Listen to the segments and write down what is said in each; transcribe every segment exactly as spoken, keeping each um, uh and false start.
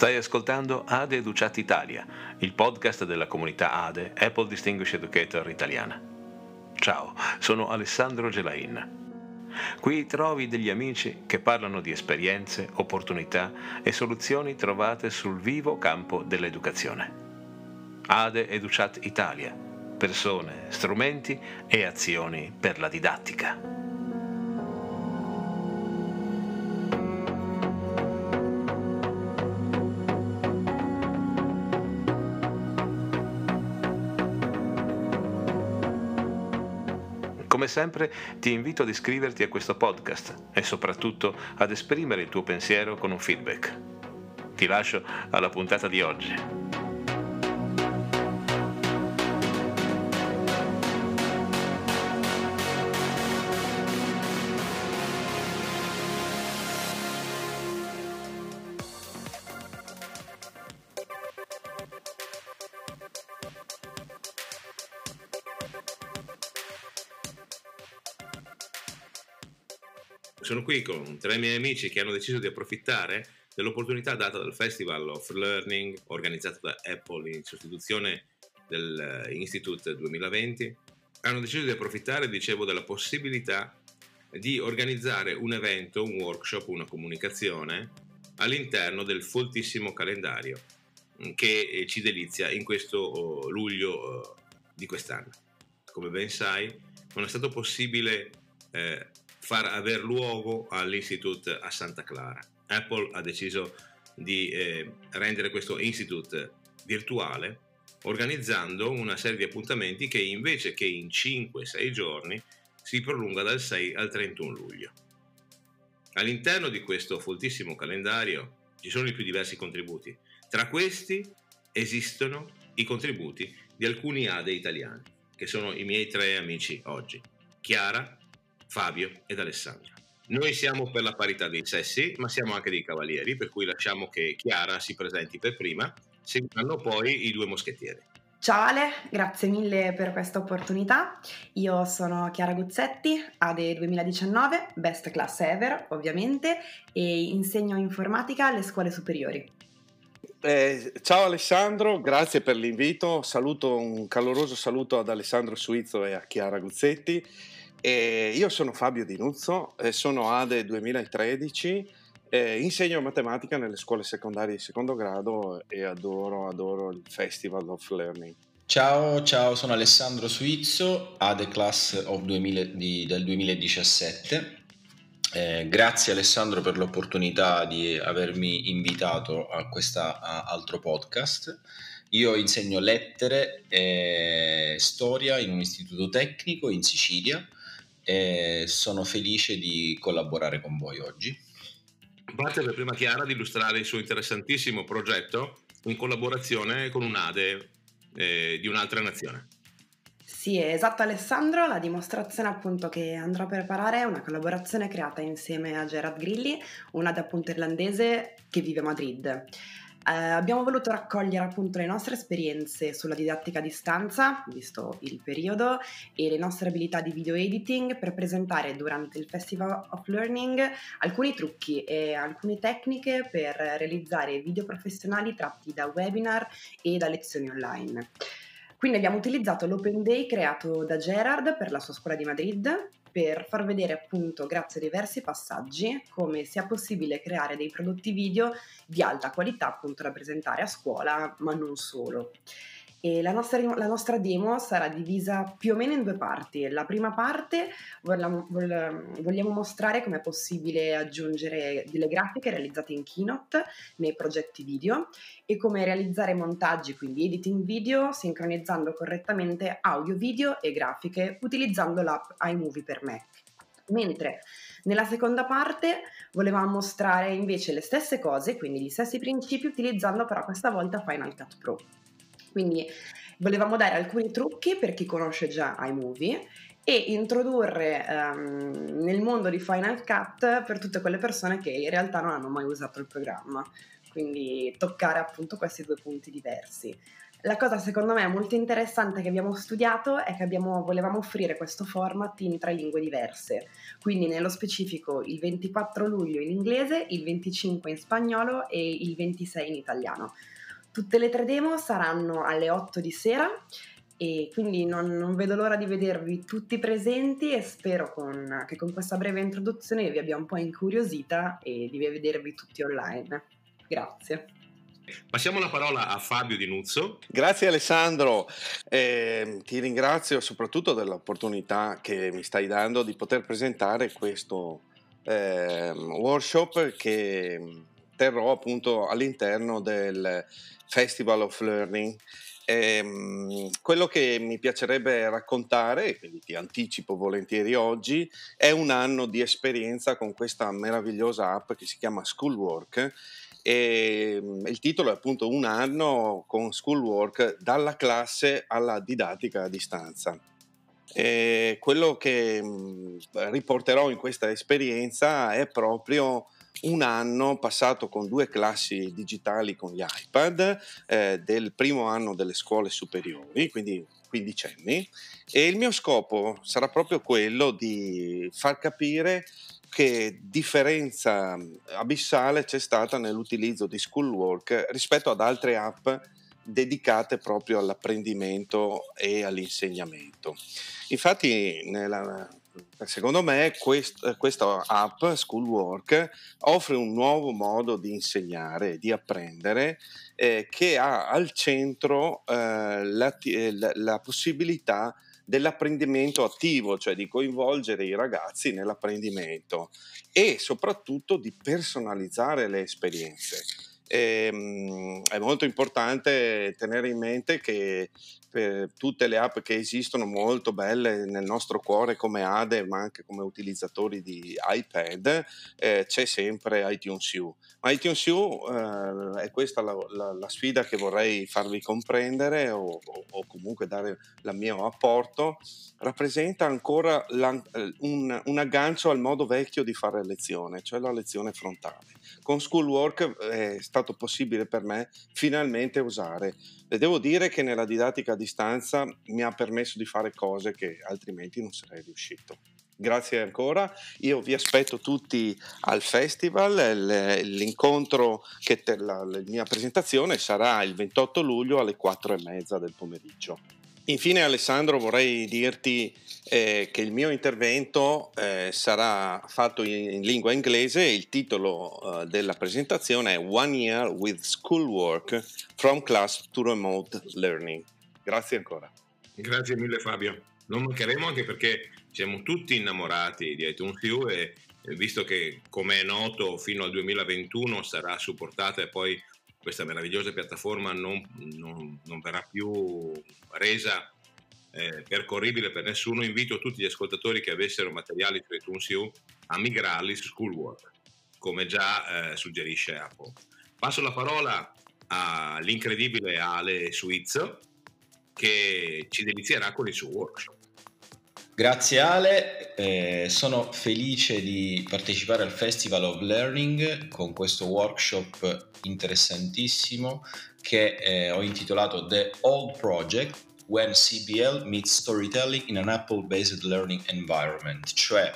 Stai ascoltando ADE Educat Italia, il podcast della comunità ADE, Apple Distinguished Educator italiana. Ciao, sono Alessandro Gelain. Qui trovi degli amici che parlano di esperienze, opportunità e soluzioni trovate sul vivo campo dell'educazione. ADE Educat Italia, persone, strumenti e azioni per la didattica. Come sempre ti invito ad iscriverti a questo podcast e soprattutto ad esprimere il tuo pensiero con un feedback. Ti lascio alla puntata di oggi. Sono qui con tre miei amici che hanno deciso di approfittare dell'opportunità data dal Festival of Learning organizzato da Apple in sostituzione dell'Institute duemilaventi. Hanno deciso di approfittare, dicevo, della possibilità di organizzare un evento, un workshop, una comunicazione all'interno del foltissimo calendario che ci delizia in questo luglio di quest'anno. Come ben sai, non è stato possibile eh, far aver luogo all'Institute a Santa Clara. Apple ha deciso di eh, rendere questo Institute virtuale, organizzando una serie di appuntamenti che invece che in cinque sei giorni si prolunga dal sei al trentuno luglio. All'interno di questo foltissimo calendario ci sono i più diversi contributi. Tra questi esistono i contributi di alcuni ADE italiani, che sono i miei tre amici oggi: Chiara, Fabio ed Alessandro. Noi siamo per la parità dei sessi, ma siamo anche dei cavalieri, per cui lasciamo che Chiara si presenti per prima, seguiranno poi i due moschettieri. Ciao Ale, grazie mille per questa opportunità. Io sono Chiara Guzzetti, ADE duemiladiciannove, best class ever ovviamente, e insegno informatica alle scuole superiori. Eh, ciao Alessandro, grazie per l'invito. Saluto, un caloroso saluto ad Alessandro Suizzo e a Chiara Guzzetti. E io sono Fabio Di Nuzzo, eh, sono ADE duemilatredici, eh, insegno matematica nelle scuole secondarie di secondo grado e adoro, adoro il Festival of Learning. Ciao, ciao, sono Alessandro Suizzo, ADE Class of duemila, di, del duemiladiciassette. Eh, grazie Alessandro per l'opportunità di avermi invitato a questo altro podcast. Io insegno lettere e storia in un istituto tecnico in Sicilia e sono felice di collaborare con voi oggi. Parte per prima Chiara di illustrare il suo interessantissimo progetto in collaborazione con un ADE eh, di un'altra nazione. Sì, esatto Alessandro, la dimostrazione appunto che andrò a preparare è una collaborazione creata insieme a Gerard Grilli, un ADE appunto irlandese che vive a Madrid. Eh, abbiamo voluto raccogliere appunto le nostre esperienze sulla didattica a distanza, visto il periodo, e le nostre abilità di video editing per presentare durante il Festival of Learning alcuni trucchi e alcune tecniche per realizzare video professionali tratti da webinar e da lezioni online. Quindi abbiamo utilizzato l'Open Day creato da Gerard per la sua scuola di Madrid per far vedere appunto, grazie a diversi passaggi, come sia possibile creare dei prodotti video di alta qualità appunto da presentare a scuola, ma non solo. E la nostra, la nostra demo sarà divisa più o meno in due parti. La prima parte vogliamo, vogliamo mostrare come è possibile aggiungere delle grafiche realizzate in Keynote nei progetti video e come realizzare montaggi, quindi editing video, sincronizzando correttamente audio, video e grafiche utilizzando l'app iMovie per Mac. Mentre nella seconda parte volevamo mostrare invece le stesse cose, quindi gli stessi principi, utilizzando però questa volta Final Cut Pro. Quindi volevamo dare alcuni trucchi per chi conosce già iMovie e introdurre um, nel mondo di Final Cut per tutte quelle persone che in realtà non hanno mai usato il programma, quindi toccare appunto questi due punti diversi. La cosa secondo me molto interessante che abbiamo studiato è che abbiamo, volevamo offrire questo format in tre lingue diverse, quindi nello specifico il ventiquattro luglio in inglese, il venticinque in spagnolo e il ventisei in italiano. Tutte le tre demo saranno alle otto di sera e quindi non, non vedo l'ora di vedervi tutti presenti e spero con, che con questa breve introduzione vi abbia un po' incuriosita e di vedervi tutti online. Grazie. Passiamo la parola a Fabio Di Nuzzo. Grazie Alessandro, eh, ti ringrazio soprattutto dell'opportunità che mi stai dando di poter presentare questo eh, workshop che terrò appunto all'interno del Festival of Learning. Eh, quello che mi piacerebbe raccontare, quindi ti anticipo volentieri oggi, è un anno di esperienza con questa meravigliosa app che si chiama Schoolwork. E il titolo è appunto un anno con Schoolwork dalla classe alla didattica a distanza. E quello che riporterò in questa esperienza è proprio un anno passato con due classi digitali con gli iPad eh, del primo anno delle scuole superiori, quindi quindicenni, e il mio scopo sarà proprio quello di far capire che differenza abissale c'è stata nell'utilizzo di Schoolwork rispetto ad altre app dedicate proprio all'apprendimento e all'insegnamento. Infatti, nella, secondo me, quest, questa app Schoolwork offre un nuovo modo di insegnare, di apprendere, eh, che ha al centro eh, la, la, la possibilità dell'apprendimento attivo, cioè di coinvolgere i ragazzi nell'apprendimento e soprattutto di personalizzare le esperienze. E, um, è molto importante tenere in mente che per tutte le app che esistono molto belle nel nostro cuore come Ade, ma anche come utilizzatori di iPad, eh, c'è sempre iTunes U. Ma iTunes U eh, è questa la, la, la sfida che vorrei farvi comprendere o, o, o comunque dare il mio apporto, rappresenta ancora la, un, un aggancio al modo vecchio di fare lezione, cioè la lezione frontale. Con Schoolwork è stato possibile per me finalmente usare. E devo dire che nella didattica a distanza mi ha permesso di fare cose che altrimenti non sarei riuscito. Grazie ancora, io vi aspetto tutti al festival, l'incontro, che te, la, la mia presentazione sarà il ventotto luglio alle quattro e mezza del pomeriggio. Infine Alessandro, vorrei dirti eh, che il mio intervento eh, sarà fatto in, in lingua inglese e il titolo eh, della presentazione è One Year with Schoolwork from Class to Remote Learning. Grazie ancora. Grazie mille Fabio. Non mancheremo, anche perché siamo tutti innamorati di iTunes U e visto che, come è noto, fino al duemilaventuno sarà supportata e poi questa meravigliosa piattaforma non, non, non verrà più resa eh, percorribile per nessuno, invito tutti gli ascoltatori che avessero materiali su iTunes U a migrarli su Schoolwork, come già eh, suggerisce Apple. Passo la parola all'incredibile Ale Suizzo, che ci delizierà con il suo workshop. Grazie Ale, eh, sono felice di partecipare al Festival of Learning con questo workshop interessantissimo che eh, ho intitolato The Old Project When C B L Meets Storytelling in an Apple-Based Learning Environment, cioè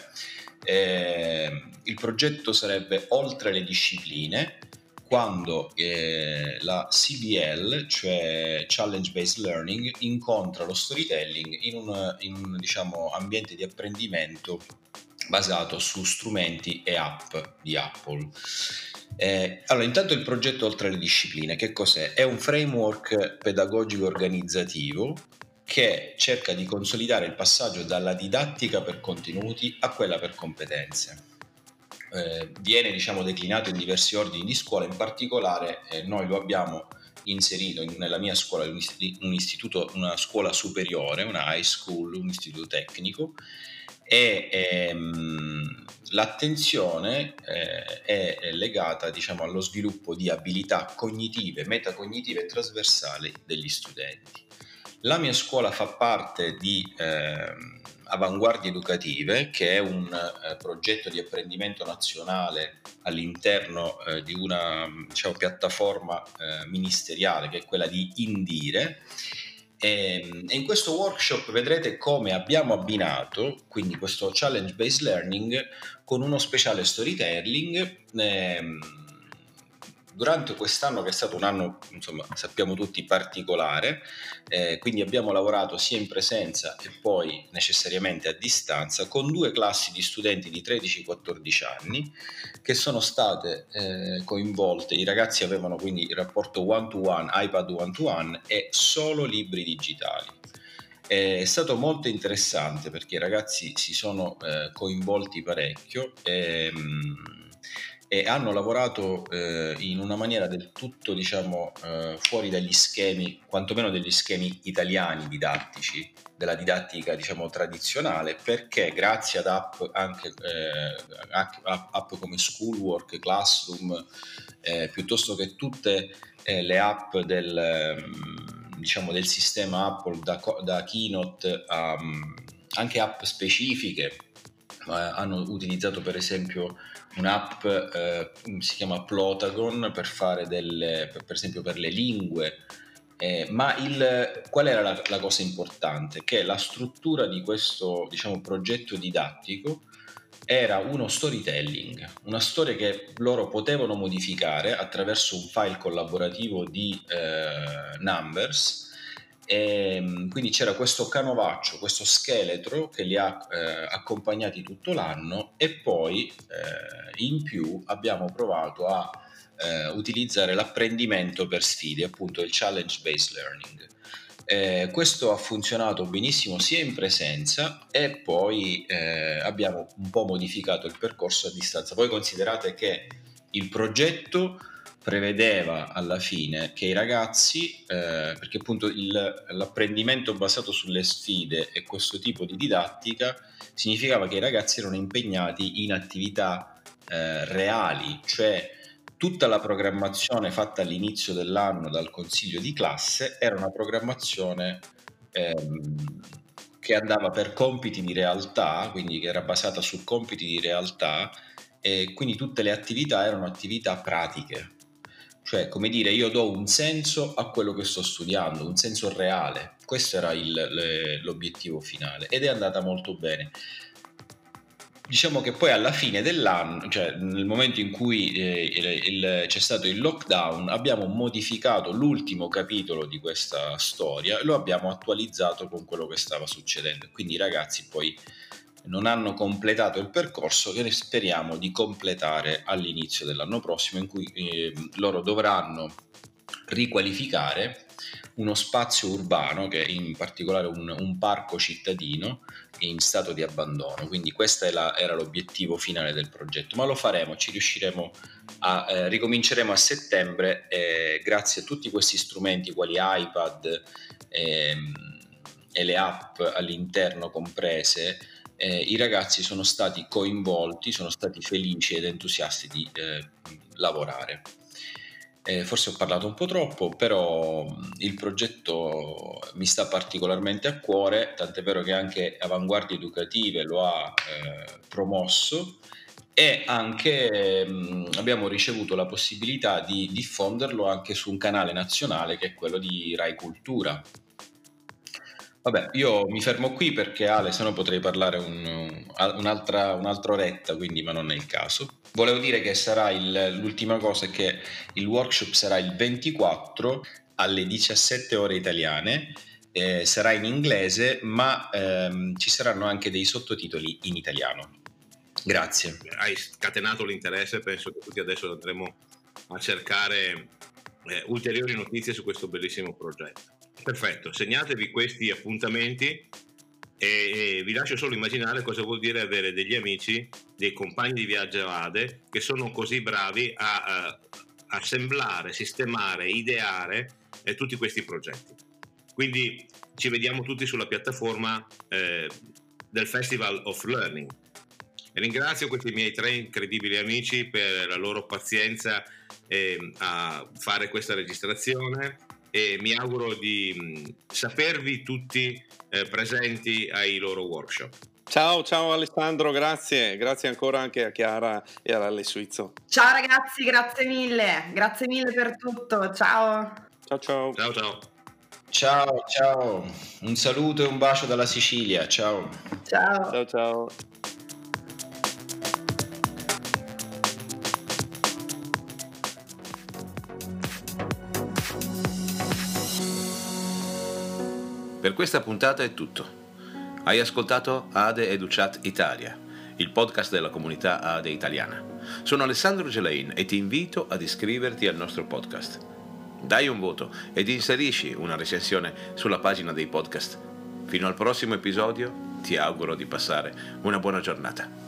eh, il progetto sarebbe Oltre le discipline, quando eh, la C B L, cioè Challenge Based Learning, incontra lo storytelling in un, in un diciamo, ambiente di apprendimento basato su strumenti e app di Apple. Eh, allora, intanto il progetto Oltre le discipline, che cos'è? È un framework pedagogico organizzativo che cerca di consolidare il passaggio dalla didattica per contenuti a quella per competenze. Eh, viene diciamo declinato in diversi ordini di scuola, in particolare eh, noi lo abbiamo inserito in, nella mia scuola, un, isti- un istituto, una scuola superiore, una high school, un istituto tecnico, e ehm, l'attenzione eh, è legata diciamo allo sviluppo di abilità cognitive, metacognitive e trasversali degli studenti. La mia scuola fa parte di eh, Avanguardie Educative, che è un eh, progetto di apprendimento nazionale all'interno eh, di una, diciamo, piattaforma eh, ministeriale, che è quella di Indire. E, e in questo workshop vedrete come abbiamo abbinato quindi questo challenge based learning con uno speciale storytelling. ehm, Durante quest'anno, che è stato un anno, insomma, sappiamo tutti, particolare, eh, quindi abbiamo lavorato sia in presenza e poi necessariamente a distanza con due classi di studenti di tredici quattordici anni che sono state eh, coinvolte. I ragazzi avevano quindi il rapporto one to one, iPad one to one e solo libri digitali. È stato molto interessante perché i ragazzi si sono eh, coinvolti parecchio e, e hanno lavorato eh, in una maniera del tutto, diciamo, eh, fuori dagli schemi, quantomeno degli schemi italiani didattici, della didattica, diciamo, tradizionale, perché grazie ad app anche eh, app come Schoolwork, Classroom, eh, piuttosto che tutte eh, le app del, diciamo, del sistema Apple, da, da Keynote a um, anche app specifiche, eh, hanno utilizzato per esempio un'app eh, si chiama Plotagon per fare delle, per, per esempio per le lingue. Eh, ma il, qual era la, la cosa importante? Che la struttura di questo, diciamo, progetto didattico era uno storytelling, una storia che loro potevano modificare attraverso un file collaborativo di eh, Numbers. E quindi c'era questo canovaccio, questo scheletro che li ha eh, accompagnati tutto l'anno, e poi eh, in più abbiamo provato a eh, utilizzare l'apprendimento per sfide, appunto il challenge based learning. Eh, questo ha funzionato benissimo sia in presenza, e poi eh, abbiamo un po' modificato il percorso a distanza. Poi considerate che il progetto prevedeva alla fine che i ragazzi, eh, perché appunto il, l'apprendimento basato sulle sfide e questo tipo di didattica significava che i ragazzi erano impegnati in attività eh, reali, cioè tutta la programmazione fatta all'inizio dell'anno dal consiglio di classe era una programmazione ehm, che andava per compiti di realtà, quindi che era basata su compiti di realtà, e quindi tutte le attività erano attività pratiche. Cioè, come dire, io do un senso a quello che sto studiando, un senso reale. Questo era il, le, l'obiettivo finale, ed è andata molto bene. Diciamo che poi alla fine dell'anno, cioè nel momento in cui eh, il, il, c'è stato il lockdown, abbiamo modificato l'ultimo capitolo di questa storia e lo abbiamo attualizzato con quello che stava succedendo. Quindi i ragazzi poi non hanno completato il percorso, che speriamo di completare all'inizio dell'anno prossimo, in cui eh, loro dovranno riqualificare uno spazio urbano, che è in particolare un, un parco cittadino in stato di abbandono. Quindi questo era l'obiettivo finale del progetto, ma lo faremo, ci riusciremo a eh, ricominceremo a settembre eh, grazie a tutti questi strumenti quali iPad eh, e le app all'interno comprese. Eh, i ragazzi sono stati coinvolti, sono stati felici ed entusiasti di eh, lavorare. Eh, forse ho parlato un po' troppo, però il progetto mi sta particolarmente a cuore, tant'è vero che anche Avanguardie Educative lo ha eh, promosso, e anche mh, abbiamo ricevuto la possibilità di diffonderlo anche su un canale nazionale, che è quello di Rai Cultura. Vabbè, io mi fermo qui perché Ale, se no potrei parlare un, un'altra, un'altra oretta, quindi, ma non è il caso. Volevo dire che sarà il, l'ultima cosa è che il workshop sarà il ventiquattro alle diciassette ore italiane, eh, sarà in inglese, ma ehm, ci saranno anche dei sottotitoli in italiano. Grazie. Hai scatenato l'interesse, penso che tutti adesso andremo a cercare eh, ulteriori notizie su questo bellissimo progetto. Perfetto, segnatevi questi appuntamenti e, e vi lascio solo immaginare cosa vuol dire avere degli amici, dei compagni di viaggio ADE che sono così bravi a, a assemblare, sistemare, ideare eh, tutti questi progetti. Quindi ci vediamo tutti sulla piattaforma eh, del Festival of Learning. E ringrazio questi miei tre incredibili amici per la loro pazienza eh, a fare questa registrazione. e mi auguro di mh, sapervi tutti eh, presenti ai loro workshop. Ciao, ciao Alessandro, grazie, grazie ancora anche a Chiara e all'Ale Suizzo. Ciao ragazzi, grazie mille, grazie mille per tutto, ciao. Ciao ciao. Ciao ciao. Ciao, ciao, un saluto e un bacio dalla Sicilia, ciao. Ciao. Ciao ciao. Per questa puntata è tutto. Hai ascoltato Ade Educat Italia, il podcast della comunità Ade italiana. Sono Alessandro Gelain e ti invito ad iscriverti al nostro podcast. Dai un voto ed inserisci una recensione sulla pagina dei podcast. Fino al prossimo episodio, ti auguro di passare una buona giornata.